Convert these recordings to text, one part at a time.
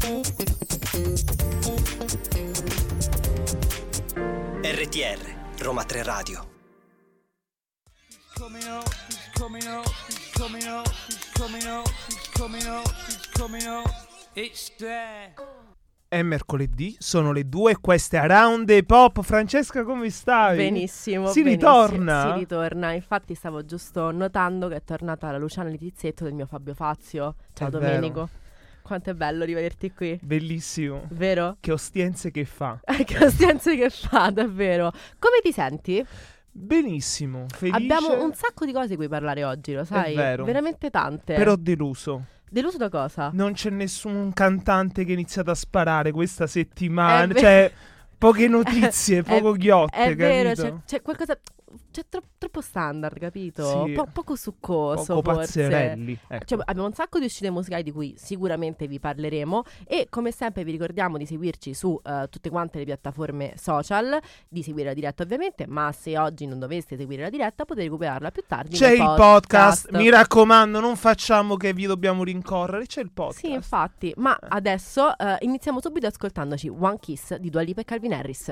RTR Roma 3 Radio. È mercoledì, sono le 2 e questa è Around the Pop. Francesca, come stai? Benissimo. Si ritorna? Si ritorna, infatti stavo giusto notando che è tornata la Luciana Litizietto del mio Fabio Fazio. Ciao È Domenico. vero. Quanto è bello rivederti qui. Bellissimo. Vero? Che ostienze che fa. Che ostienze che fa, davvero. Come ti senti? Benissimo, felice. Abbiamo un sacco di cose di cui parlare oggi, lo sai? È vero. Veramente tante. Però deluso. Deluso da cosa? Non c'è nessun cantante che ha iniziato a sparare questa settimana. È Cioè, poche notizie, poco ghiotte, È vero, capito? c'è qualcosa... C'è troppo standard, capito? Sì. Poco succoso, Poco forse. pazzerelli, ecco. Cioè, abbiamo un sacco di uscite musicali di cui sicuramente vi parleremo e come sempre vi ricordiamo di seguirci su tutte quante le piattaforme social, di seguire la diretta ovviamente, ma se oggi non doveste seguire la diretta potete recuperarla più tardi C'è nel il podcast, mi raccomando, non facciamo che vi dobbiamo rincorrere, c'è il podcast. Sì, infatti, ma adesso iniziamo subito ascoltandoci One Kiss di Dua Lipa e Calvin Harris.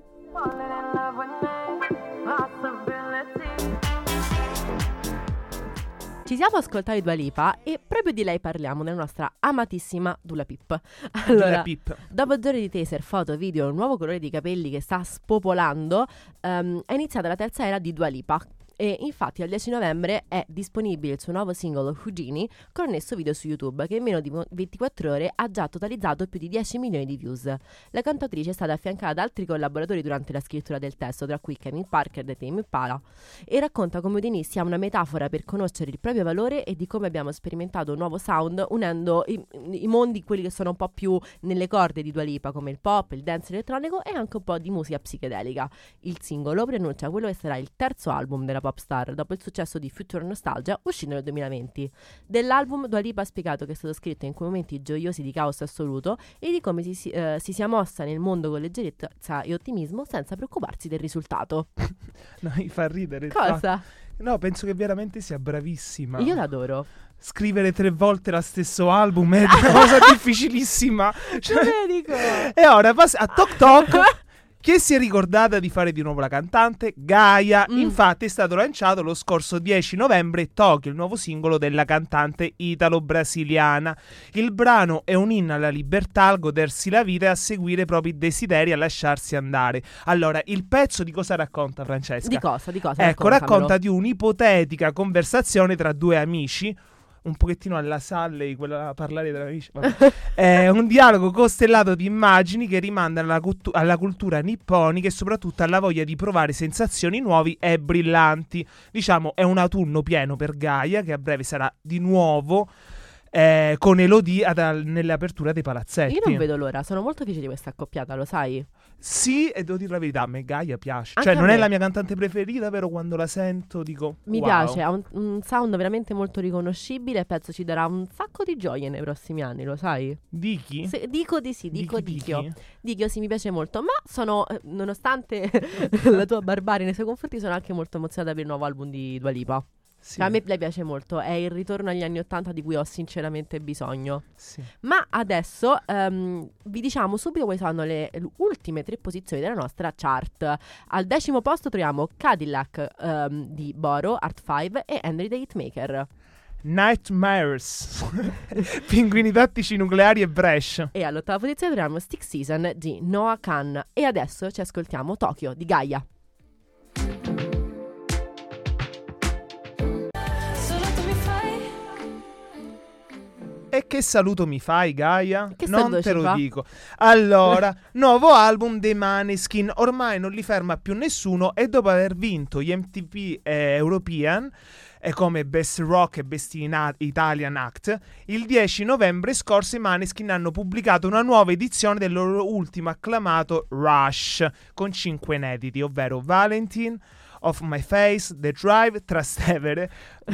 Ci siamo ascoltati Dua Lipa e proprio di lei parliamo nella nostra amatissima Dula Pip. Allora, dopo giorni di teaser, foto, video, un nuovo colore di capelli che sta spopolando, è iniziata la terza era di Dua Lipa. E infatti al 10 novembre è disponibile il suo nuovo singolo Houdini con annesso video su YouTube che in meno di 24 ore ha già totalizzato più di 10 milioni di views. La cantautrice è stata affiancata da altri collaboratori durante la scrittura del testo, tra cui Kevin Parker e Tame Impala, e racconta come Houdini sia una metafora per conoscere il proprio valore e di come abbiamo sperimentato un nuovo sound unendo i mondi, quelli che sono un po' più nelle corde di Dua Lipa, come il pop, il dance elettronico e anche un po' di musica psichedelica. Il singolo preannuncia quello che sarà il terzo album della pop star dopo il successo di Future Nostalgia uscito nel 2020. Dell'album Dua Lipa ha spiegato che è stato scritto in quei momenti gioiosi di caos assoluto e di come si sia mossa nel mondo con leggerezza e ottimismo senza preoccuparsi del risultato. No, mi fa ridere. Cosa? No, penso che veramente sia bravissima. Io l'adoro. Scrivere 3 volte lo stesso album è una cosa difficilissima. Domenico. E ora a Tok Tok. Che si è ricordata di fare di nuovo la cantante? Gaia. Infatti è stato lanciato lo scorso 10 novembre Tokyo, il nuovo singolo della cantante italo-brasiliana. Il brano è un inno alla libertà, al godersi la vita e a seguire i propri desideri, a lasciarsi andare. Allora, il pezzo di cosa racconta, Francesca? Di cosa? Ecco, racconta di un'ipotetica conversazione tra due amici, un pochettino alla Salley, quella a parlare tra amici. È un dialogo costellato di immagini che rimandano alla cultura nipponica e soprattutto alla voglia di provare sensazioni nuovi e brillanti. Diciamo, è un autunno pieno per Gaia, che a breve sarà di nuovo con Elodie nell'apertura dei palazzetti. Io non vedo l'ora, sono molto felice di questa accoppiata, lo sai? Sì, e devo dire la verità, a me Gaia piace. Anche cioè, non a è me. la mia cantante preferita, però quando la sento dico Mi wow. piace, ha un sound veramente molto riconoscibile e penso ci darà un sacco di gioie nei prossimi anni, lo sai? Dichi? Dico di sì, dico Dichio. Dichio sì, mi piace molto, ma sono, nonostante la tua barbarie nei suoi confronti, sono anche molto emozionata per il nuovo album di Dua Lipa. Sì. A me lei piace molto, è il ritorno agli anni '80 di cui ho sinceramente bisogno. Sì. Ma adesso vi diciamo subito quali sono le ultime 3 posizioni della nostra chart. Al 10° posto troviamo Cadillac di Boro, Art 5 e Henry the Hitmaker. Nightmares. Pinguini tattici nucleari e Bresh. E all'8ª posizione troviamo Stick Season di Noah Khan. E adesso ci ascoltiamo Tokyo di Gaia. E che saluto mi fai, Gaia? Che non saluto te ci lo fa? dico. Allora, nuovo album dei Maneskin. Ormai non li ferma più nessuno e dopo aver vinto gli MTV European come Best Rock e Best Italian Act, il 10 novembre scorso i Maneskin hanno pubblicato una nuova edizione del loro ultimo acclamato Rush con 5 inediti, ovvero Valentine, Off My Face, The Drive, Trastevere,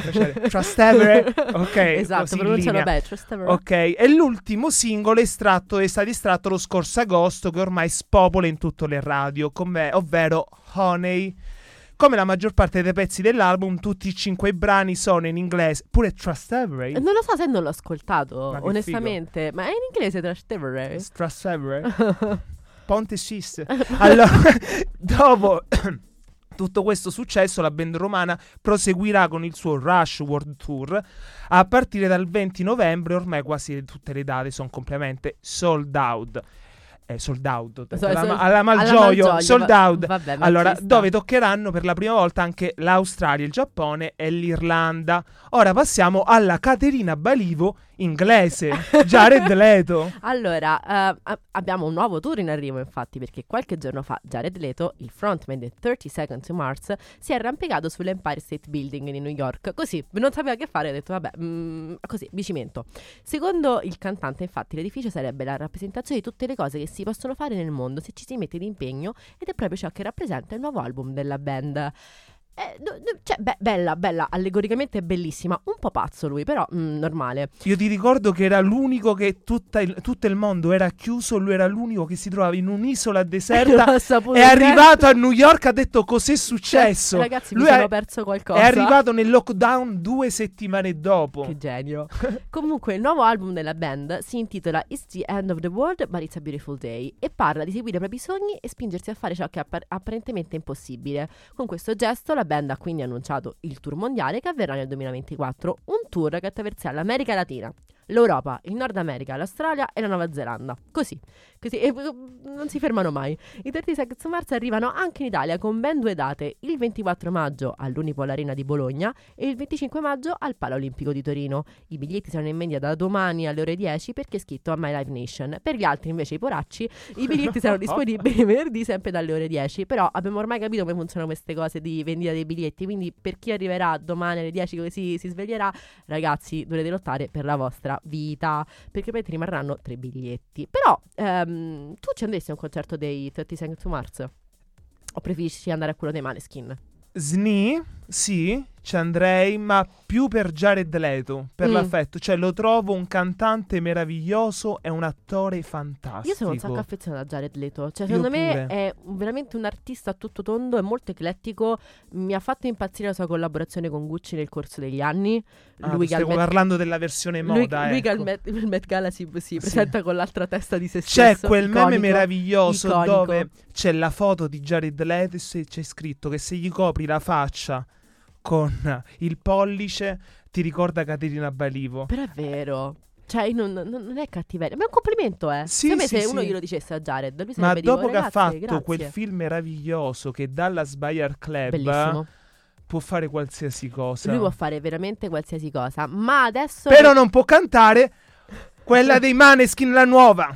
ok, Esatto, così in pronunciano linea. bene, Trastevere. Ok, e l'ultimo singolo è stato estratto lo scorso agosto, che ormai spopola in tutte le radio, ovvero Honey, Come la maggior parte dei pezzi dell'album, tutti i 5 brani sono in inglese. Pure Trust Every. Non lo so se non l'ho ascoltato, onestamente. Figo. Ma è in inglese Trust Every? Trust Every. Ponte Sis. Allora, dopo tutto questo successo, la band romana proseguirà con il suo Rush World Tour a partire dal 20 novembre. Ormai quasi tutte le date sono completamente sold out. Alla Malgioglio, sold out. Vabbè, allora, dove toccheranno per la prima volta anche l'Australia, il Giappone e l'Irlanda. Ora passiamo alla Caterina Balivo inglese, Jared Leto. Allora, abbiamo un nuovo tour in arrivo, infatti, perché qualche giorno fa Jared Leto, il frontman di 30 Seconds to Mars, si è arrampicato sull'Empire State Building di New York. Così, non sapeva che fare, ha detto vabbè, così, mi cimento. Secondo il cantante, infatti, l'edificio sarebbe la rappresentazione di tutte le cose che si possono fare nel mondo se ci si mette d'impegno, ed è proprio ciò che rappresenta il nuovo album della band. Cioè, bella, allegoricamente è bellissima. Un po' pazzo lui, però normale. Io ti ricordo che era l'unico che tutto il mondo era chiuso. Lui era l'unico che si trovava in un'isola deserta. È arrivato a New York, ha detto cos'è successo. Ragazzi, mi sono perso qualcosa. È arrivato nel lockdown 2 settimane dopo. Che genio. Comunque il nuovo album della band si intitola It's the End of the World But It's a Beautiful Day e parla di seguire i propri sogni e spingersi a fare ciò che è apparentemente impossibile. Con questo gesto la band ha quindi annunciato il tour mondiale che avverrà nel 2024, un tour che attraverserà l'America Latina, l'Europa, il Nord America, l'Australia e la Nuova Zelanda. Così e non si fermano mai. I 30 Seconds to Mars arrivano anche in Italia con ben 2 date, il 24 maggio all'Unipol Arena di Bologna e il 25 maggio al Paralimpico di Torino. I biglietti saranno in vendita da domani alle ore 10 per chi è iscritto a My Live Nation. Per gli altri invece, i poracci, i biglietti saranno disponibili venerdì sempre dalle ore 10. Però abbiamo ormai capito come funzionano queste cose di vendita dei biglietti, quindi per chi arriverà domani alle 10 così si sveglierà, ragazzi, dovrete lottare per la vostra vita, perché poi ti rimarranno 3 biglietti. Però tu ci andresti a un concerto dei 30 Seconds to Mars? O preferisci andare a quello dei Maneskin? Sì, ci andrei, ma più per Jared Leto, per l'affetto. Cioè, lo trovo un cantante meraviglioso e un attore fantastico. Io sono un sacco affezionata a Jared Leto. Cioè, secondo me è veramente un artista a tutto tondo, è molto eclettico. Mi ha fatto impazzire la sua collaborazione con Gucci nel corso degli anni. Stiamo parlando della versione moda, lui ecco. che il Met Gala si presenta con l'altra testa di se stesso. C'è quel iconico, meme meraviglioso iconico, dove c'è la foto di Jared Leto e c'è scritto che se gli copri la faccia con il pollice ti ricorda Caterina Balivo. Però è vero. Cioè non è cattiveria, ma è un complimento, Sì, se uno glielo dicesse a Jared, lui ma dopo che ha fatto grazie. quel film meraviglioso che Dallas Buyer Club, bellissimo, può fare qualsiasi cosa. Lui può fare veramente qualsiasi cosa, ma adesso però non può cantare quella dei Maneskin, la nuova.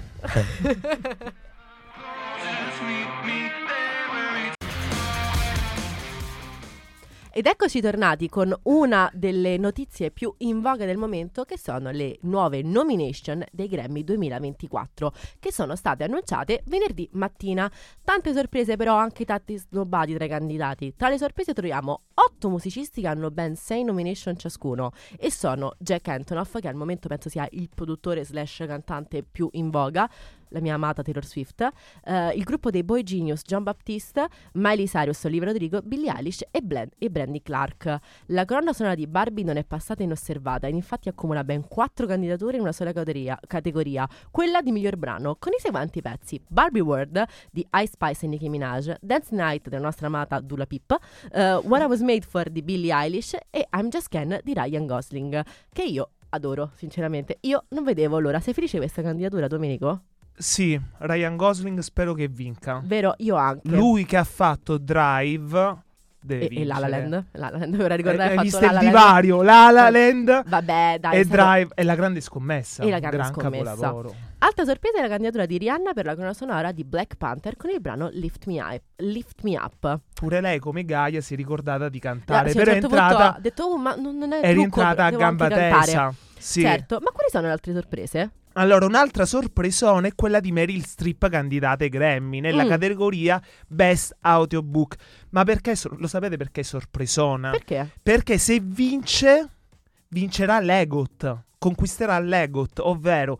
Ed eccoci tornati con una delle notizie più in voga del momento, che sono le nuove nomination dei Grammy 2024, che sono state annunciate venerdì mattina. Tante sorprese, però anche tanti snobbati tra i candidati. Tra le sorprese troviamo 8 musicisti che hanno ben 6 nomination ciascuno, e sono Jack Antonoff, che al momento penso sia il produttore / cantante più in voga, la mia amata Taylor Swift, il gruppo dei Boy Genius, John Baptiste, Miley Cyrus, Olivia Rodrigo, Billie Eilish e Brandy Clark. La colonna sonora di Barbie non è passata inosservata, e infatti accumula ben 4 candidature in una sola categoria, quella di miglior brano, con i seguenti pezzi: Barbie World di Ice Spice e Nicki Minaj, Dance Night della nostra amata Dua Lipa, What I Was Made For di Billie Eilish e I'm Just Ken di Ryan Gosling, che io adoro, sinceramente. Io non vedevo l'ora. Sei felice di questa candidatura, Domenico? Sì, Ryan Gosling spero che vinca. Vero, io anche. Lui che ha fatto Drive e La La Land. Ora ricordare hai fatto visto il divario, La La Land. Vabbè, dai, e Drive è la grande scommessa. E la grande gran scommessa. Capolavoro. Altra sorpresa è la candidatura di Rihanna per la colonna sonora di Black Panther con il brano Lift Me Up. Pure lei, come Gaia, si è ricordata di cantare, sì, però a un certo punto ha detto ma non è rientrata a gamba tesa. Sì. Certo, ma quali sono le altre sorprese? Allora, un'altra sorpresona è quella di Meryl Streep, candidata ai Grammy nella categoria Best Audiobook. Ma perché? Lo sapete perché è sorpresona? Perché? Perché se vincerà l'EGOT, conquisterà l'EGOT, ovvero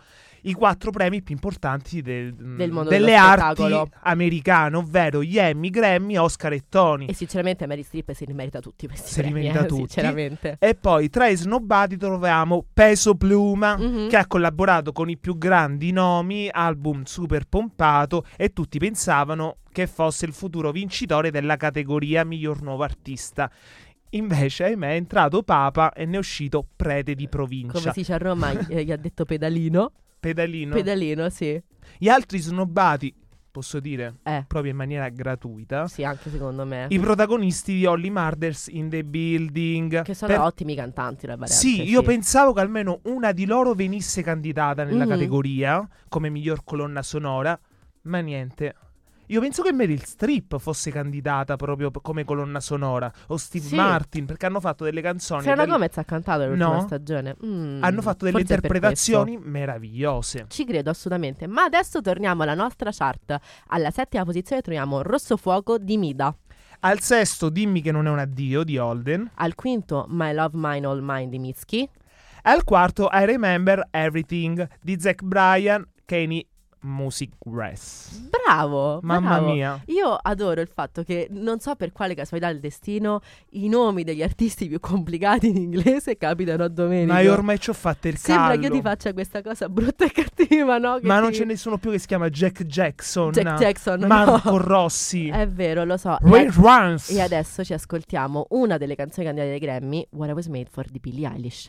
i 4 premi più importanti del mondo delle dello arti spettacolo americane, ovvero gli Emmy, Grammy, Oscar e Tony. e sinceramente Meryl Streep se li merita tutti questi Se li premi, merita tutti. sinceramente. E poi tra i snobbati troviamo Peso Pluma, che ha collaborato con i più grandi nomi, album super pompato, e tutti pensavano che fosse il futuro vincitore della categoria miglior nuovo artista. Invece, ahimè, è entrato Papa e ne è uscito prete di provincia. Come si dice a Roma, gli ha detto pedalino. Pedalino. Sì. Gli altri snobbati, posso dire, proprio in maniera gratuita, Sì, anche secondo me. i protagonisti di Only Murders in the Building. Che sono ottimi cantanti, la variante. Sì, io pensavo che almeno una di loro venisse candidata nella Mhm. categoria come miglior colonna sonora, ma niente. Io penso che Meryl Streep fosse candidata proprio come colonna sonora, o Steve Sì. Martin, perché hanno fatto delle canzoni. Selena Gomez ha cantato nell'ultima No. stagione. Hanno fatto delle Forse è per interpretazioni questo. meravigliose. Ci credo assolutamente. Ma adesso torniamo alla nostra chart. Alla 7ª posizione troviamo Rosso Fuoco di Mida. Al sesto, Dimmi che non è un addio di Holden. Al quinto, My Love Mine All Mine di Mitski. Al quarto, I Remember Everything di Zach Bryan, Kanye Music Rest. Bravo! Mamma bravo. mia. Io adoro il fatto che, non so per quale casualità del destino, i nomi degli artisti più complicati in inglese capitano a Domenico. Ma io ormai ci ho fatto il Sembra callo. che io ti faccia questa cosa brutta e cattiva, no? Che Ma non ti- c'è nessuno più che si chiama Jack Jackson. Jack Jackson, Marco no. Rossi. È vero, lo so. Ray Rance. E adesso ci ascoltiamo una delle canzoni candidate ai Grammy, What I Was Made For di Billie Eilish.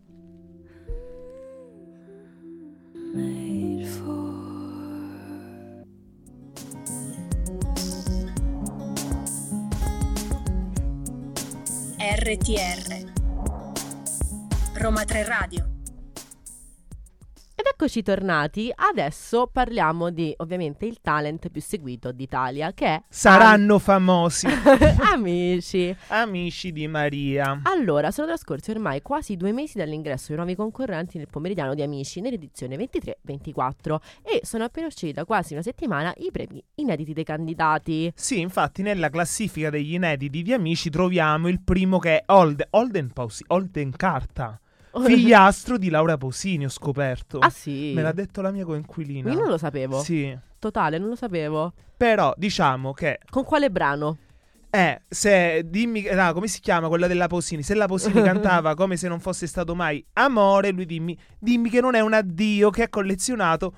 RTR Roma 3 Radio. Ed eccoci tornati. Adesso parliamo di, ovviamente, il talent più seguito d'Italia, che è Saranno famosi. Amici. Amici di Maria. Allora, sono trascorsi ormai quasi 2 mesi dall'ingresso dei nuovi concorrenti nel pomeridiano di Amici nell'edizione 23-24 e sono appena usciti da quasi una settimana i premi inediti dei candidati. Sì, infatti nella classifica degli inediti di Amici troviamo il primo che è Holden Carta, figliastro di Laura Pausini, ho scoperto. Ah sì? Me l'ha detto la mia coinquilina. Io non lo sapevo. Sì. Totale, non lo sapevo. Però diciamo che Con quale brano? se dimmi, no, come si chiama quella della Pausini? Se la Pausini cantava Come se non fosse stato mai amore, lui dimmi che non è un addio, che ha collezionato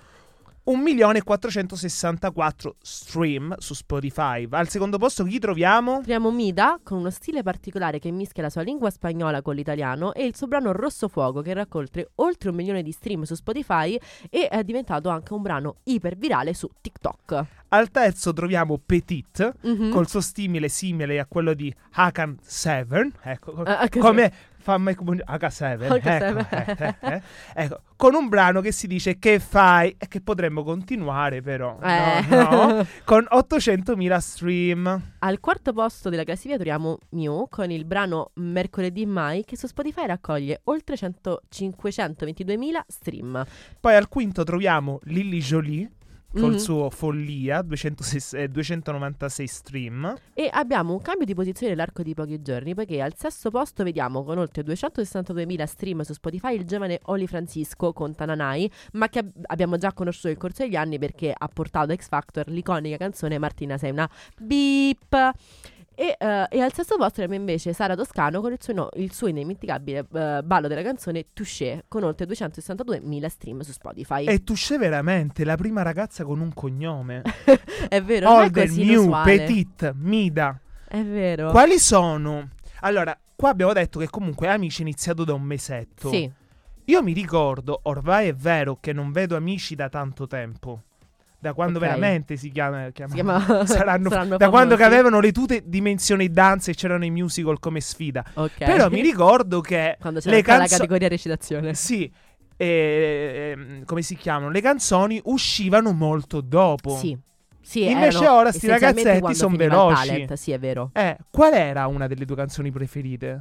1.464 stream su Spotify. Al secondo posto chi troviamo? Troviamo Mida con uno stile particolare che mischia la sua lingua spagnola con l'italiano e il suo brano Rosso Fuoco che raccoglie oltre 1 milione di stream su Spotify e è diventato anche un brano ipervirale su TikTok. Al terzo troviamo Petit, Mhm. col suo simile a quello di Hakan 7. Ecco, Anche come fammi H7. H7. Ecco, con un brano che si dice Che fai? E che potremmo continuare però. No, con 800.000 stream. Al quarto posto della classifica troviamo Mew con il brano Mercoledì Mai che su Spotify raccoglie oltre 522.000 stream. Poi al quinto troviamo Lily Jolie col Mhm. suo Follia, 296 stream. E abbiamo un cambio di posizione nell'arco di pochi giorni, poiché al sesto posto vediamo con oltre 262.000 stream su Spotify il giovane Oli Francisco con Tananai, ma che abbiamo già conosciuto nel corso degli anni perché ha portato a X Factor l'iconica canzone Martina sei una beep. E al sesto posto abbiamo invece Sara Toscano con il suo indimenticabile ballo della canzone Touché con oltre 262.000 stream su Spotify. E Touché veramente, la prima ragazza con un cognome. È vero, non è Holden, così Mew, inusuale. Petit, Mida. È vero. Quali sono? Allora, qua abbiamo detto che comunque Amici è iniziato da un mesetto. Sì. Io mi ricordo, ormai è vero che non vedo Amici da tanto tempo. Da quando Ok. veramente si chiama Saranno da quando che famosi. avevano le tute dimensioni danze e c'erano i musical come sfida. Ok. Però mi ricordo che quando c'era le ancora la canzoni, categoria recitazione. sì, come si chiamano? Le canzoni uscivano molto dopo. Sì. Sì, Invece erano ora sti essenzialmente ragazzetti quando son finiva il veloci. talent, sì, è vero. Qual era una delle tue canzoni preferite?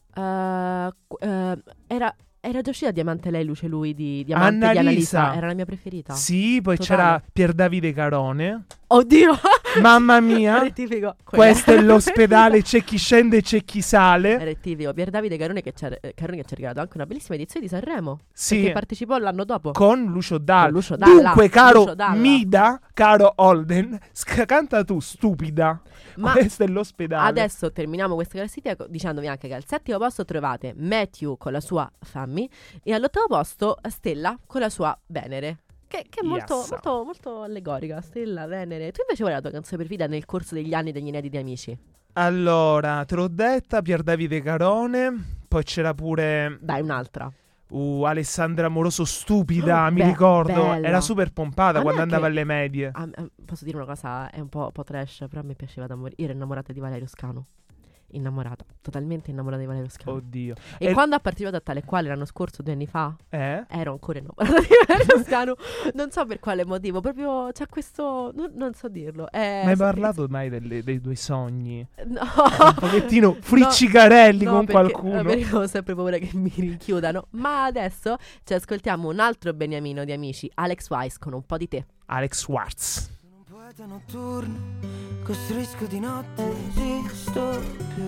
Era già uscita Diamante lei, luce lui di Diamante di Annalisa. Annalisa. Era la mia preferita. Sì, poi Totale. c'era Pier Davide Carone. Oddio! Mamma mia. Rettifico. Questo è l'ospedale, c'è chi scende e c'è chi sale. Rettifico. Pier Davide Carone che ci ha regalato anche una bellissima edizione di Sanremo. Sì. Perché partecipò l'anno dopo. Con Lucio Dalla. Lucio Dalla. Dunque, caro Lucio Dalla. Mida, caro Holden, canta tu, stupida. Ma questo è l'ospedale. adesso terminiamo questa classifica dicendovi anche che al 7° posto trovate Matthew con la sua Fammi e all'8° posto Stella con la sua Venere. Che è molto, Yes. molto, molto allegorica. Stella, Venere. Tu invece qual è la tua canzone preferita nel corso degli anni degli inediti amici? Allora, te l'ho detta, Pier Davide Carone. Poi c'era pure Dai, un'altra. Alessandra Moroso, stupida, mi Beh, ricordo. bella. Era super pompata A me quando anche- andava alle medie. Posso dire una cosa, è un po' trash, però a me piaceva da morire. Io ero innamorata di Valerio Scanu. Innamorata, totalmente innamorata di Valerio Scanu. Oddio. E quando ha partecipato a Tale e Quale l'anno scorso, 2 anni fa, ero ancora innamorata di Valerio Scanu. Non so per quale motivo, proprio c'è questo... Non so dirlo. Ma hai parlato mai dei tuoi sogni? No. Un pochettino friccicarelli No, con perché- qualcuno? Perché ho sempre paura che mi rinchiudano. Ma adesso ci ascoltiamo un altro beniamino di amici, Alex Wise con Un po' di te. Alex Schwartz. Sono un poeta notturno, costruisco di notte, non esisto più.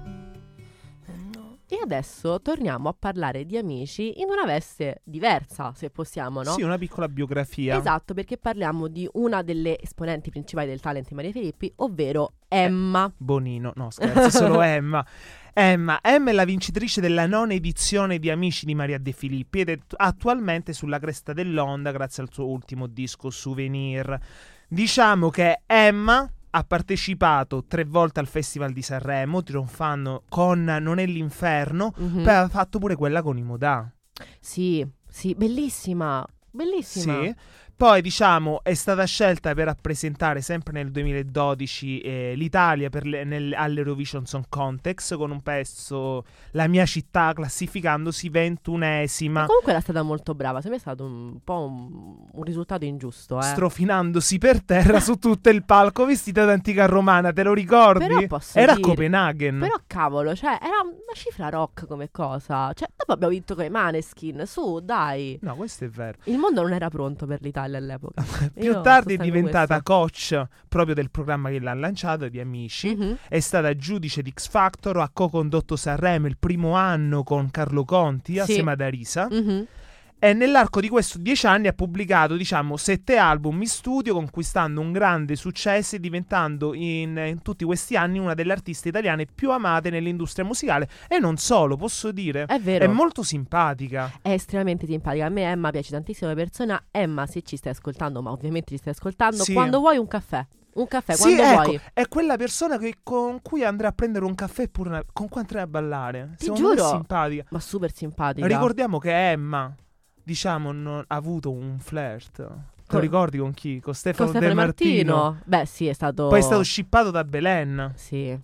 E adesso torniamo a parlare di amici in una veste diversa, se possiamo, no? Sì, una piccola biografia. Esatto, perché parliamo di una delle esponenti principali del talent di Maria Filippi, ovvero Emma. Bonino, no scherzo, solo Emma. Emma è la vincitrice della 9ª edizione di Amici di Maria De Filippi ed è attualmente sulla cresta dell'onda grazie al suo ultimo disco Souvenir. Diciamo che Emma ha partecipato 3 volte al Festival di Sanremo, trionfando con Non è l'inferno, Mhm. poi ha fatto pure quella con i Modà. Sì, bellissima, bellissima. Sì. Poi, diciamo, è stata scelta per rappresentare sempre nel 2012 l'Italia all'Eurovision Song Contest con un pezzo La mia città, classificandosi 21esima, Ma comunque era stata molto brava, secondo me è stato un po' un risultato ingiusto, strofinandosi per terra su tutto il palco vestita d'antica romana, te lo ricordi? Però posso Era a dire- Copenaghen. Però cavolo, cioè era una cifra rock come cosa. Cioè, dopo abbiamo vinto con i Maneskin, su, dai. No, questo è vero. Il mondo non era pronto per l'Italia all'epoca. Più tardi è diventata coach proprio del programma che l'ha lanciato, di Amici. Mhm. È stata giudice di X Factor, ha co-condotto Sanremo il primo anno con Carlo Conti assieme ad Arisa. Mhm. E nell'arco di questi 10 anni ha pubblicato, diciamo, 7 album in studio, conquistando un grande successo e diventando in tutti questi anni una delle artiste italiane più amate nell'industria musicale. E non solo, posso dire. È vero. È molto simpatica. È estremamente simpatica. A me Emma piace tantissimo come persona. Emma, se ci stai ascoltando, ma ovviamente ci stai ascoltando, Sì. quando vuoi un caffè. Un caffè, Sì, quando ecco, vuoi. è quella persona con cui andrà a prendere un caffè pure con cui andrà a ballare. Ti Secondo me giuro. è simpatica. Ma super simpatica. Ricordiamo che Emma, diciamo, non ha avuto un flirt. Te lo Con- ricordi con chi? Con Stefano, Con Stefano De Martino. Beh, sì, è stato. Poi è stato shippato da Belen. Sì.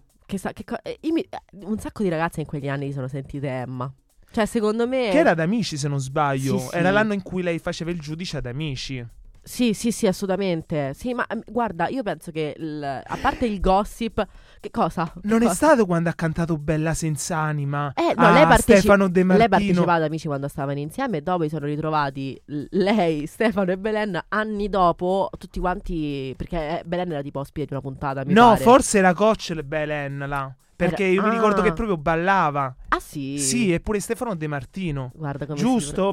Un sacco di ragazze in quegli anni si sono sentite Emma. Cioè, secondo me. Che era ad Amici, se non sbaglio. Sì, sì. Era l'anno in cui lei faceva il giudice ad Amici. Sì, assolutamente. Sì, ma guarda, io penso che a parte il gossip, che cosa? Non Che è cosa? stato quando ha cantato Bella Senz'anima No, a lei Stefano De Lei Martino. partecipava ad Amici quando stavano insieme e dopo si sono ritrovati lei, Stefano e Belen anni dopo, tutti quanti, perché Belen era tipo ospite di una puntata, mi No, pare. forse era coach Belen là. Perché io mi ricordo che proprio ballava. Ah sì? Sì, e pure Stefano De Martino. Guarda come Giusto?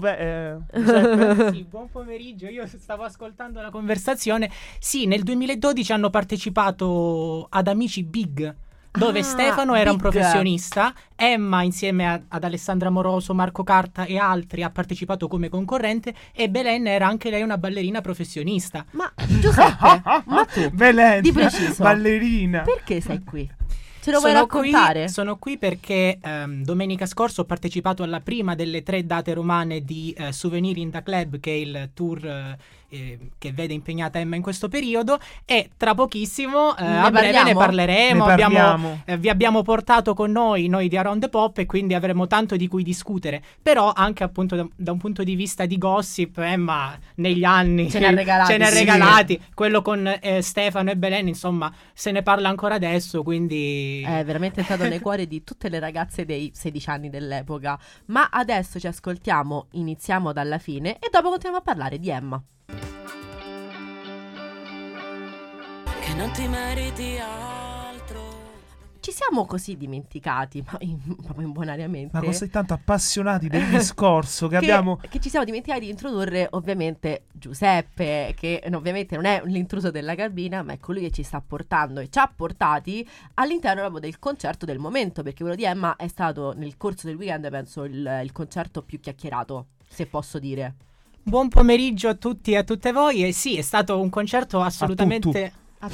Sì, buon pomeriggio, io stavo ascoltando la conversazione. Sì, nel 2012 hanno partecipato ad Amici Big, dove Ah, Stefano era un Big. professionista, Emma insieme ad Alessandra Moroso, Marco Carta e altri ha partecipato come concorrente e Belen era anche lei una ballerina professionista. Ma Giuseppe, ma tu Belen, di preciso ballerina. perché sei qui? Ce lo vuoi raccontare? Sono qui perché domenica scorsa ho partecipato alla prima delle 3 date romane di Souvenir in the Club, che è il tour che vede impegnata Emma in questo periodo, e tra pochissimo a breve ne parleremo. Ne parliamo. Vi abbiamo portato con noi di Around the Pop e quindi avremo tanto di cui discutere, però anche appunto da un punto di vista di gossip Emma negli anni Ce ne ha regalati, sì. regalati. Quello con Stefano e Belen, insomma, se ne parla ancora adesso, quindi È veramente entrato nei cuori di tutte le ragazze dei 16 anni dell'epoca. Ma adesso ci ascoltiamo, iniziamo dalla fine e dopo continuiamo a parlare di Emma. Can non ti meriti altro. Ci siamo così dimenticati, ma proprio invonariamente. Ma così tanto appassionati del discorso che abbiamo. Che ci siamo dimenticati di introdurre ovviamente Giuseppe, che ovviamente non è l'intruso della cabina, ma è colui che ci sta portando e ci ha portati all'interno proprio del concerto del momento, perché quello di Emma è stato nel corso del weekend, penso, il concerto più chiacchierato, se posso dire. Buon pomeriggio a tutti e a tutte voi. E sì, è stato un concerto assolutamente...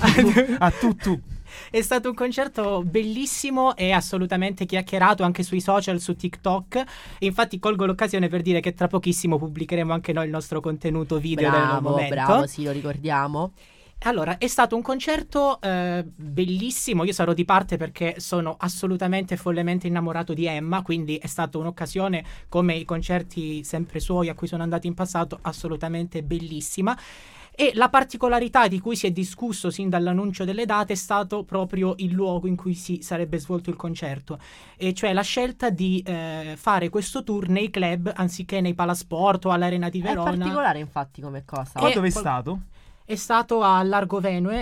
A tutto. È stato un concerto bellissimo e assolutamente chiacchierato anche sui social, su TikTok. Infatti colgo l'occasione per dire che tra pochissimo pubblicheremo anche noi il nostro contenuto video del momento. Bravo, sì, lo ricordiamo. Allora, è stato un concerto bellissimo. Io sarò di parte perché sono assolutamente follemente innamorato di Emma, quindi è stata un'occasione, come i concerti sempre suoi a cui sono andati in passato, assolutamente bellissima. E la particolarità di cui si è discusso sin dall'annuncio delle date è stato proprio il luogo in cui si sarebbe svolto il concerto, e cioè la scelta di fare questo tour nei club anziché nei palasport o all'Arena di Verona. È particolare infatti come cosa. Ma dove è stato? È stato a Largo Venue,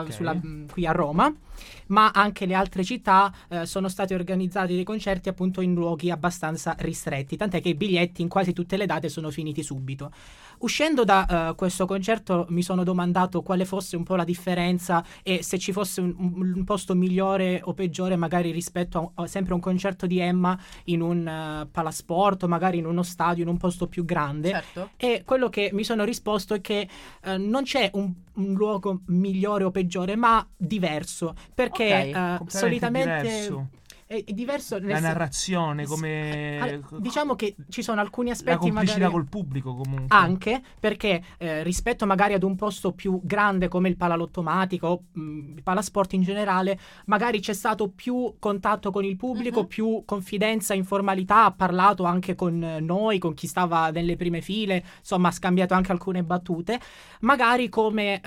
qui a Roma, ma anche le altre città sono stati organizzati dei concerti appunto in luoghi abbastanza ristretti, tant'è che i biglietti in quasi tutte le date sono finiti subito. Uscendo da questo concerto mi sono domandato quale fosse un po' la differenza e se ci fosse un posto migliore o peggiore magari rispetto a sempre un concerto di Emma in un palasport o magari in uno stadio, in un posto più grande. Certo. E quello che mi sono risposto è che non c'è un luogo migliore o peggiore, ma diverso, perché solitamente... Diverso. È diverso la narrazione, come diciamo che ci sono alcuni aspetti, la complicità magari col pubblico comunque, anche perché rispetto magari ad un posto più grande come il Palalottomatico o il Palasport in generale, magari c'è stato più contatto con il pubblico, più confidenza, informalità, ha parlato anche con noi, con chi stava nelle prime file, insomma ha scambiato anche alcune battute, magari come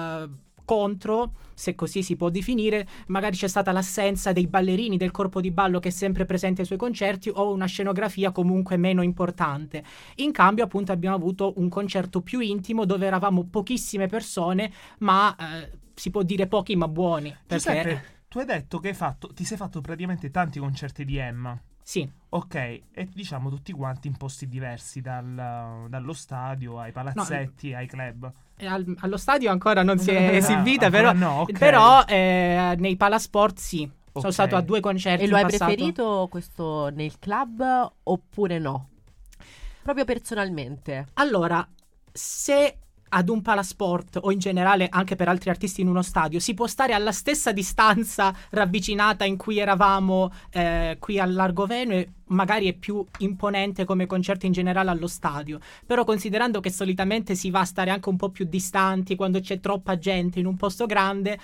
contro, se così si può definire, magari c'è stata l'assenza dei ballerini, del corpo di ballo che è sempre presente ai suoi concerti, o una scenografia comunque meno importante. In cambio appunto abbiamo avuto un concerto più intimo dove eravamo pochissime persone, ma si può dire pochi ma buoni, perché... Giuseppe, tu hai detto che ti sei fatto praticamente tanti concerti di Emma. Sì. Ok, e diciamo tutti quanti in posti diversi, dallo stadio ai palazzetti, ai club. Allo stadio ancora non si è esibita, però, no, okay. Però nei palasport sì. Sono stato a 2 concerti. E lo hai passato. preferito questo nel club oppure no? Proprio personalmente. Allora, se ad un palasport o in generale anche per altri artisti in uno stadio si può stare alla stessa distanza ravvicinata in cui eravamo qui al Largo Venue, magari è più imponente come concerto in generale allo stadio, però considerando che solitamente si va a stare anche un po' più distanti quando c'è troppa gente in un posto grande,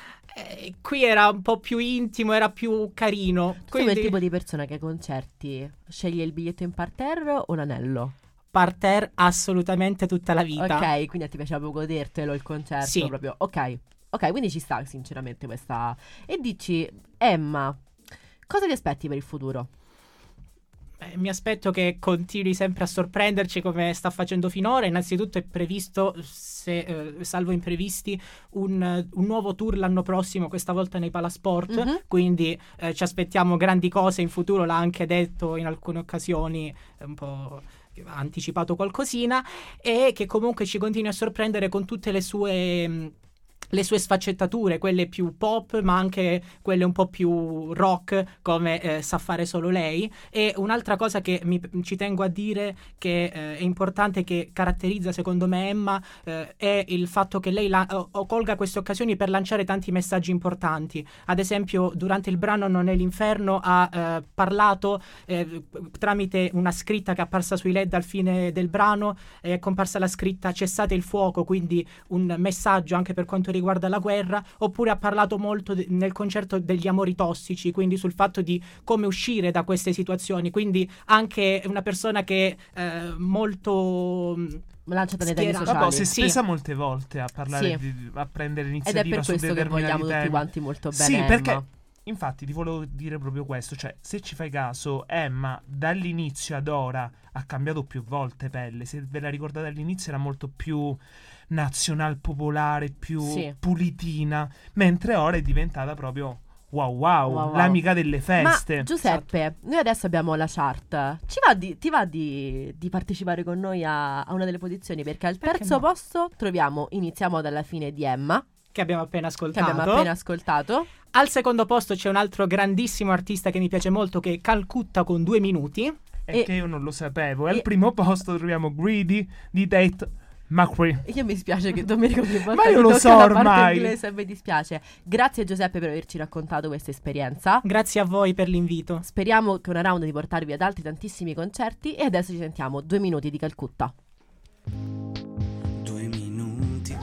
qui era un po' più intimo, era più carino. Tu sei quel tipo di persona che ai concerti sceglie il biglietto in parterre o l'anello? Parterre assolutamente tutta la vita. Ok, quindi ti piaceva godertelo il concerto, sì. Proprio. Ok, quindi ci sta sinceramente questa. E dici, Emma, cosa ti aspetti per il futuro? Mi aspetto che continui sempre a sorprenderci come sta facendo finora. Innanzitutto è previsto, salvo imprevisti, un nuovo tour l'anno prossimo, questa volta nei Palasport, quindi ci aspettiamo grandi cose in futuro, l'ha anche detto in alcune occasioni, un po' ha anticipato qualcosina, e che comunque ci continui a sorprendere con tutte le sue sfaccettature, quelle più pop ma anche quelle un po' più rock, come sa fare solo lei. E un'altra cosa che ci tengo a dire che è importante, che caratterizza secondo me Emma, è il fatto che lei colga queste occasioni per lanciare tanti messaggi importanti. Ad esempio durante il brano Non è l'inferno ha parlato tramite una scritta che è apparsa sui LED al fine del brano, è comparsa la scritta cessate il fuoco, quindi un messaggio anche per quanto riguarda la guerra. Oppure ha parlato molto nel concerto degli amori tossici, quindi sul fatto di come uscire da queste situazioni, quindi anche una persona che molto lanciata nei temi sociali. Vabbè, si è spesa molte volte a parlare a prendere iniziativa su determinati temi. Ed è per questo che vogliamo tutti quanti molto bene Emma. Perché infatti ti volevo dire proprio questo, cioè se ci fai caso Emma dall'inizio ad ora ha cambiato più volte pelle, se ve la ricordate all'inizio era molto più nazional popolare, più pulitina, mentre ora è diventata proprio wow, l'amica delle feste. Ma Giuseppe, noi adesso abbiamo la chart. Ti va di partecipare con noi a una delle posizioni? Perché al terzo posto troviamo Iniziamo dalla fine di Emma, che abbiamo appena ascoltato. Al secondo posto c'è un altro grandissimo artista che mi piace molto, che è Calcutta con 2 minuti. E che io non lo sapevo. E al primo posto troviamo Greedy di Tate McRae. Io mi dispiace che Domenico ogni volta ma io lo so ormai. Inglese, mi dispiace. Grazie Giuseppe per averci raccontato questa esperienza. Grazie a voi per l'invito. Speriamo che una round di portarvi ad altri tantissimi concerti. E adesso ci sentiamo 2 minuti di Calcutta. 2 minuti.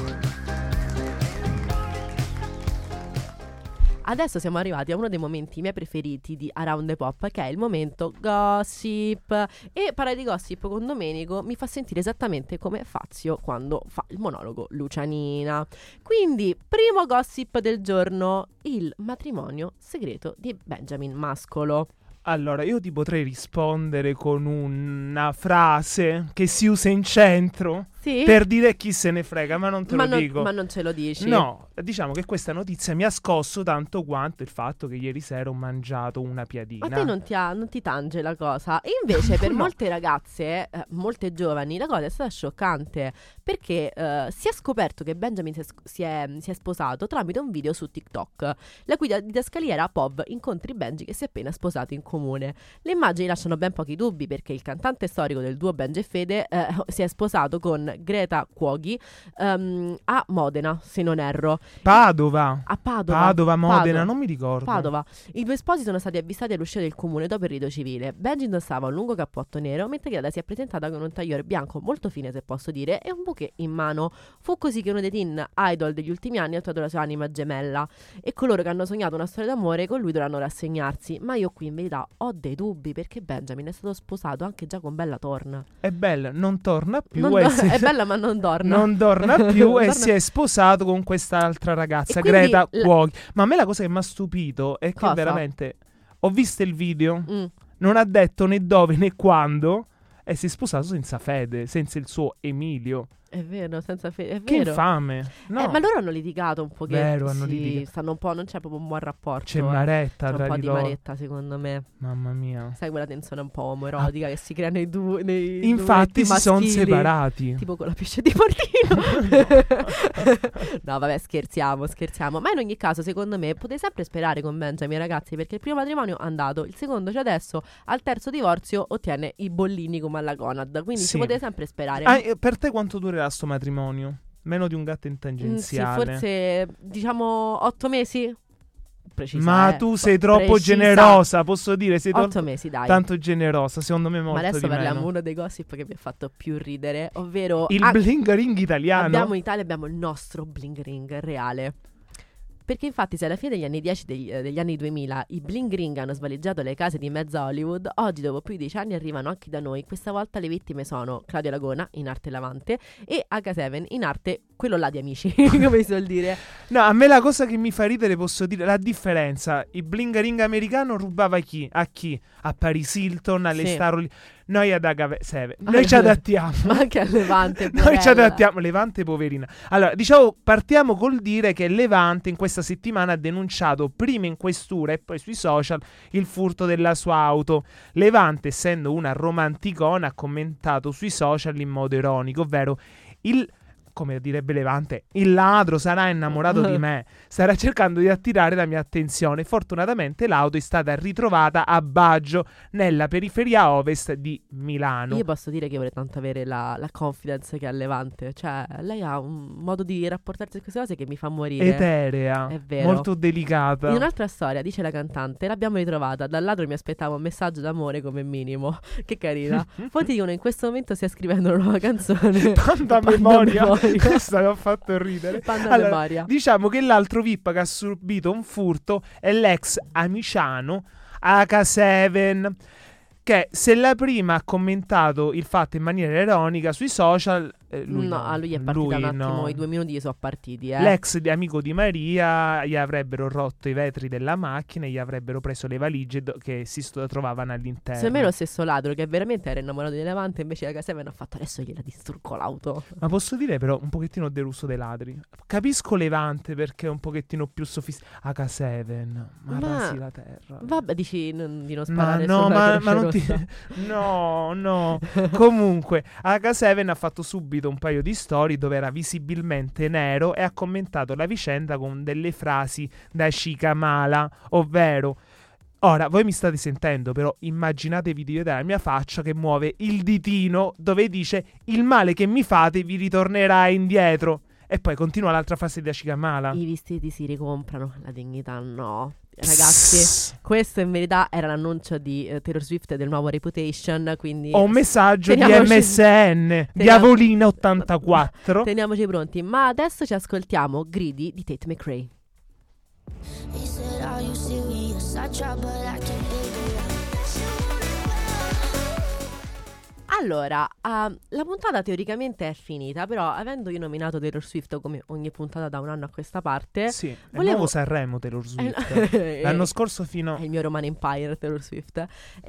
Adesso siamo arrivati a uno dei momenti miei preferiti di Around the Pop, che è il momento gossip. E parlare di gossip con Domenico mi fa sentire esattamente come Fazio quando fa il monologo Lucianina. Quindi, primo gossip del giorno, il matrimonio segreto di Benjamin Mascolo. Allora, io ti potrei rispondere con una frase che si usa in centro per dire chi se ne frega, ma non te lo dico. Ma non ce lo dici? No, diciamo che questa notizia mi ha scosso tanto quanto il fatto che ieri sera ho mangiato una piadina. A te non ti tange la cosa. E invece per molte ragazze, molte giovani, la cosa è stata scioccante, perché si è scoperto che Benjamin si è sposato tramite un video su TikTok, la cui didascalia era POV, incontri Benji che si è appena sposato in comune. Le immagini lasciano ben pochi dubbi, perché il cantante storico del duo Benji e Fede si è sposato con Greta Cuoghi a Modena, se non erro. Padova, Modena, Padova. non mi ricordo. Padova. I due sposi sono stati avvistati all'uscita del comune dopo il rito civile. Benji indossava un lungo cappotto nero, mentre Greta si è presentata con un tagliore bianco molto fine, se posso dire, e un bouquet in mano. Fu così che uno dei teen idol degli ultimi anni ha trovato la sua anima gemella, e coloro che hanno sognato una storia d'amore con lui dovranno rassegnarsi. Ma io qui in verità ho dei dubbi, perché Benjamin è stato sposato anche già con Bella Thorne. È bella, non torna più. È bella ma non torna. Non torna più e si è sposato con quest'altra ragazza, Greta Cuoghi. Ma a me la cosa che mi ha stupito è che veramente ho visto il video, non ha detto né dove né quando, e si è sposato senza Fede, senza il suo Emilio. È vero, senza Fede, è che vero. infame. No. Ma loro hanno litigato un po'. Vero, hanno litigato. Stanno un po', non c'è proprio un buon rapporto. C'è maretta tra un po' di di loro. maretta, secondo me. Mamma mia. Sai quella tensione un po' omoerotica che si crea nei infatti si sono maschili, separati. tipo con la pesce di Portino. No, vabbè, scherziamo. Ma in ogni caso, secondo me, potete sempre sperare con Benjamin, ragazzi, perché il primo matrimonio è andato, il secondo c'è adesso, al terzo divorzio ottiene i bollini come alla Conad. Quindi ci potete sempre sperare. Per te quanto durerà sto matrimonio? Meno di un gatto in tangenziale. Sì, forse diciamo 8 mesi. Precisa, ma tu sei troppo generosa, posso dire, sei 8 mesi, dai. Tanto generosa, secondo me molto. Ma adesso di parliamo meno. Uno dei gossip che mi ha fatto più ridere, ovvero il bling ring italiano. In Italia abbiamo il nostro bling ring reale. Perché infatti se alla fine degli anni 10 degli anni 2000 i bling ring hanno svaligiato le case di mezza Hollywood, oggi dopo più di 10 anni arrivano anche da noi. Questa volta le vittime sono Claudio Lagona, in arte Lavante, e H7, in arte quello là di Amici, come si suol dire. No, a me la cosa che mi fa ridere, posso dire, la differenza. Il bling ring americano rubava a chi? A Paris Hilton, alle star. Noi ad H7 noi ci adattiamo. Ma anche a Levante, noi ci adattiamo. Levante poverina. Allora, diciamo, partiamo col dire che Levante in questa settimana ha denunciato prima in questura e poi sui social il furto della sua auto. Levante, essendo una romanticona, ha commentato sui social in modo ironico, ovvero come direbbe Levante, il ladro sarà innamorato di me, starà cercando di attirare la mia attenzione. Fortunatamente l'auto è stata ritrovata a Baggio, nella periferia ovest di Milano. Io posso dire che vorrei tanto avere la confidence che ha Levante, cioè lei ha un modo di rapportarsi a queste cose che mi fa morire. Eterea, è vero. Molto delicata. In un'altra storia, dice la cantante, l'abbiamo ritrovata, dal ladro mi aspettavo un messaggio d'amore come minimo. Che carina. Fonti dicono in questo momento stia scrivendo una nuova canzone. Tanta memoria. Questa mi ha fatto ridere. Memoria. Diciamo che l'altro VIP che ha subito un furto è l'ex amiciano H7. che se la prima ha commentato il fatto in maniera ironica sui social, lui a lui è partita un attimo, i 2 minuti gli sono partiti. L'ex di amico di Maria gli avrebbero rotto i vetri della macchina e gli avrebbero preso le valigie che si trovavano all'interno. Secondo me è lo stesso ladro che veramente era innamorato di Levante, invece la K7 ha fatto adesso gliela distruggo l'auto. Ma posso dire però un pochettino deluso dei ladri. Capisco Levante perché è un pochettino più sofisticato. K7, ma rasi la terra. Vabbè, dici di non sparare ma non ti... No. Comunque H7 ha fatto subito un paio di storie dove era visibilmente nero e ha commentato la vicenda con delle frasi da cicamala, ovvero: ora voi mi state sentendo, però immaginatevi di vedere la mia faccia che muove il ditino dove dice il male che mi fate vi ritornerà indietro. E poi continua l'altra frase da cicamala. I vestiti si ricomprano, la dignità no. Ragazzi, questo in verità era l'annuncio di Taylor Swift del nuovo Reputation, quindi ho un messaggio di MSN, Diavolina 84. Teniamoci pronti, ma adesso ci ascoltiamo Greedy di Tate McRae. Allora, la puntata teoricamente è finita, però avendo io nominato Taylor Swift come ogni puntata da un anno a questa parte, sì, è il nuovo Sanremo Taylor Swift. L'anno scorso fino... È il mio Roman Empire Taylor Swift.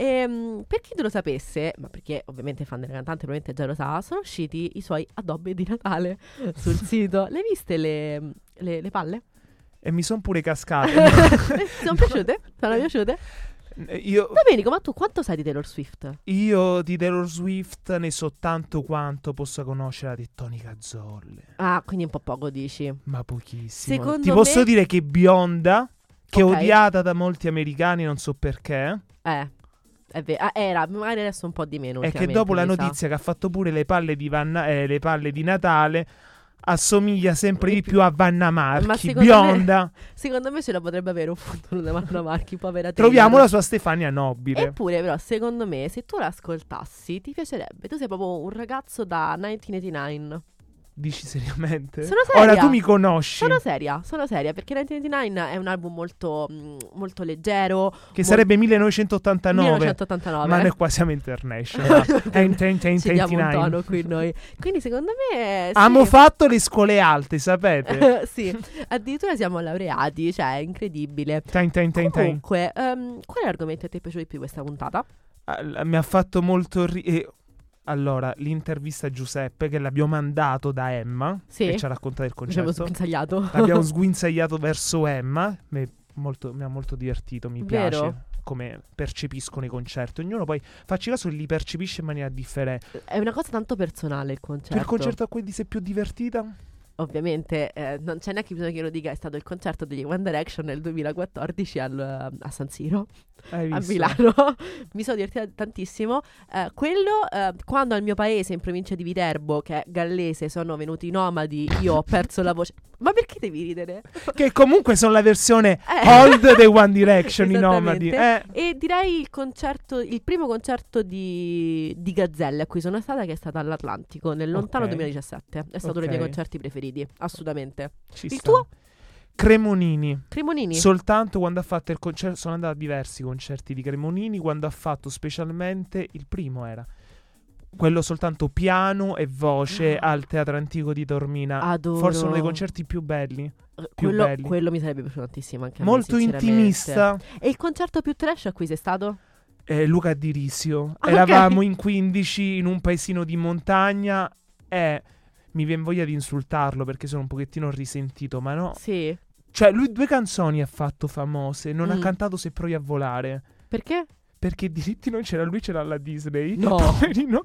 Per chi tu lo sapesse, ma perché ovviamente fan della cantante probabilmente già lo sa, sono usciti i suoi addobbi di Natale sul sito. Le hai viste le palle? E mi sono pure cascate. Sono piaciute? Sono piaciute? Domenico, ma tu quanto sai di Taylor Swift? Io di Taylor Swift ne so tanto quanto possa conoscere la tettonica Zolle. Ah, quindi un po' poco dici. Ma pochissimo. Secondo Ti posso me... dire che è bionda, che okay, è odiata da molti americani, non so perché. È vero. Era, magari adesso un po' di meno. E che dopo la notizia che ha fatto pure le palle di Natale assomiglia sempre di più a Vanna Marchi, bionda. Secondo me ce la potrebbe avere un punto da Vanna Marchi, povera. Troviamo la sua Stefania Nobile. Eppure però secondo me se tu l'ascoltassi ti piacerebbe. Tu sei proprio un ragazzo da 1989. Dici seriamente? Sono seria. Ora tu mi conosci. Sono seria perché 1989 è un album molto, molto leggero. Che sarebbe 1989. Ma noi qua siamo international. Ci diamo un tono qui noi. Quindi secondo me sì. Abbiamo fatto le scuole alte, sapete? Sì, addirittura siamo laureati. Cioè è incredibile. Comunque qual è l'argomento che ti è piaciuto di più questa puntata? Mi ha fatto molto allora, l'intervista a Giuseppe che l'abbiamo mandato da Emma, sì, che ci ha raccontato il concetto. L'abbiamo sguinzagliato verso Emma. Mi ha molto divertito, mi piace vero? Come percepiscono i concerti. Ognuno poi, facci caso, li percepisce in maniera differente. È una cosa tanto personale il concerto. Il concerto a cui ti sei più divertita? Ovviamente non c'è neanche bisogno che io lo dica, è stato il concerto degli One Direction nel 2014 a San Siro, a Milano. Mi sono divertita tantissimo. Quello, quando al mio paese in provincia di Viterbo, che è gallese, sono venuti i nomadi, io ho perso la voce. Ma perché devi ridere? Che comunque sono la versione old dei One Direction, i nomadi. E direi il primo concerto di Gazzelle a cui sono stata, che è stata all'Atlantico nel lontano 2017. È stato uno dei miei concerti preferiti, assolutamente. Tuo? Cremonini. Soltanto quando ha fatto il concerto. Sono andato a diversi concerti di Cremonini. Quando ha fatto specialmente il primo era quello soltanto piano e voce al Teatro Antico di Tormina. Adoro. Forse uno dei concerti più belli. Quello mi sarebbe piaciuto tantissimo anche a me, molto intimista. E il concerto più trash a cui sei stato? Luca Di Risio. Eravamo in 15 in un paesino di montagna e mi viene voglia di insultarlo perché sono un pochettino risentito, ma no. Sì. Cioè lui 2 canzoni ha fatto famose, non ha cantato Se provi a volare. Perché? Perché i diritti non c'era, lui c'era alla Disney. No. Poverino.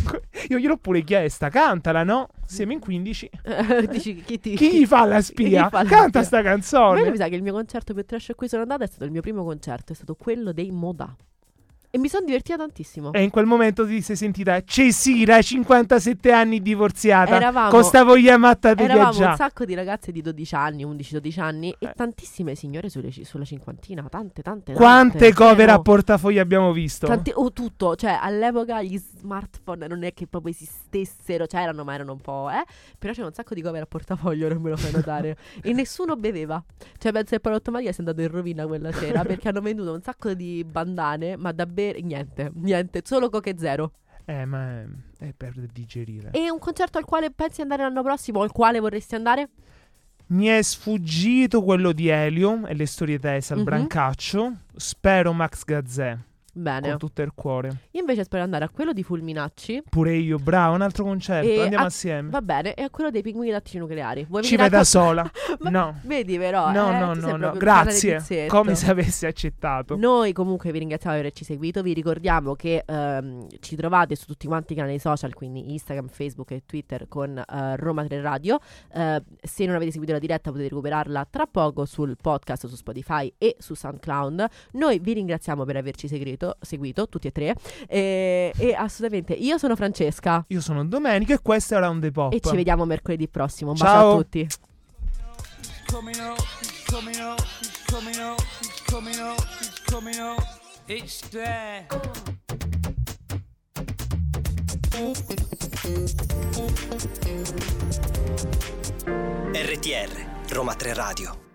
Io gliel'ho pure chiesta, cantala, no? Siamo in 15. Dici, chi gli fa la spia? Canta sta canzone. Ma mi sa che il mio concerto più trash a cui sono andata è stato il mio primo concerto, è stato quello dei Moda. E mi sono divertita tantissimo. E in quel momento ti sei sentita Cesira, 57 anni divorziata. Eravamo con sta voglia matta di Eravamo viaggiare. un sacco di ragazze di 12 anni, 11-12 anni e tantissime signore sulla cinquantina. Tante. Quante cover a portafogli abbiamo visto? Tutto. Cioè all'epoca gli smartphone non è che proprio esistessero. Cioè erano, ma erano un po', però c'era un sacco di cover a portafoglio, non me lo fai notare. E nessuno beveva. Cioè penso che Palotto Maglia sia andato in rovina quella sera perché hanno venduto un sacco di bandane, ma da bere bere, niente, solo Coke Zero. Ma è per digerire. E un concerto al quale pensi andare l'anno prossimo o al quale vorresti andare? Mi è sfuggito quello di Elio e le storie tese al Brancaccio. Spero Max Gazzè. Bene. Con tutto il cuore. Io invece spero andare a quello di Fulminacci. Pure io, bravo, un altro concerto. Andiamo assieme. Va bene, e a quello dei Pinguini Tattici Nucleari. Vuoi Ci vai da sola? No. Vedi però. No. Grazie. Come se avessi accettato. Noi comunque vi ringraziamo per averci seguito. Vi ricordiamo che ci trovate su tutti quanti i canali social, quindi Instagram, Facebook e Twitter con Roma 3 Radio. Se non avete seguito la diretta potete recuperarla tra poco sul podcast, su Spotify e su SoundCloud. Noi vi ringraziamo per averci seguito tutti e tre, e assolutamente. Io sono Francesca. Io sono Domenico e questo è Around the Pop. E ci vediamo mercoledì prossimo. Un Ciao bacio a tutti. RTR Roma 3 Radio.